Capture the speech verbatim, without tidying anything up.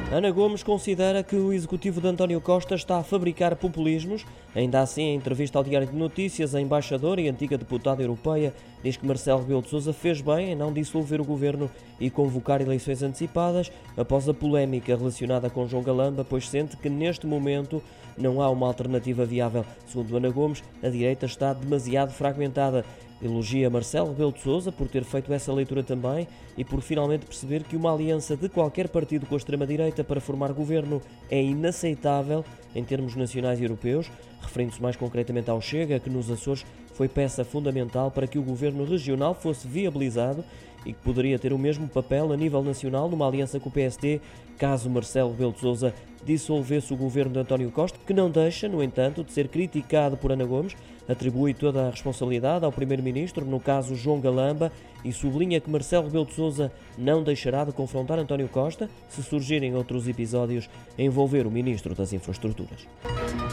Ana Gomes considera que o executivo de António Costa está a fabricar populismos. Ainda assim, em entrevista ao Diário de Notícias, a embaixadora e antiga deputada europeia diz que Marcelo Rebelo de Sousa fez bem em não dissolver o governo e convocar eleições antecipadas após a polémica relacionada com João Galamba, pois sente que neste momento não há uma alternativa viável. Segundo Ana Gomes, a direita está demasiado fragmentada. Elogia Marcelo Rebelo de Sousa por ter feito essa leitura também e por finalmente perceber que uma aliança de qualquer partido com a extrema-direita para formar governo é inaceitável em termos nacionais e europeus, referindo-se mais concretamente ao Chega, que nos Açores foi peça fundamental para que o governo regional fosse viabilizado e que poderia ter o mesmo papel a nível nacional numa aliança com o P S D, caso Marcelo Rebelo de Sousa dissolvesse o governo de António Costa, que não deixa, no entanto, de ser criticado por Ana Gomes, atribui toda a responsabilidade ao primeiro-ministro, no caso João Galamba, e sublinha que Marcelo Rebelo de Sousa não deixará de confrontar António Costa se surgirem outros episódios a envolver o ministro das Infraestruturas.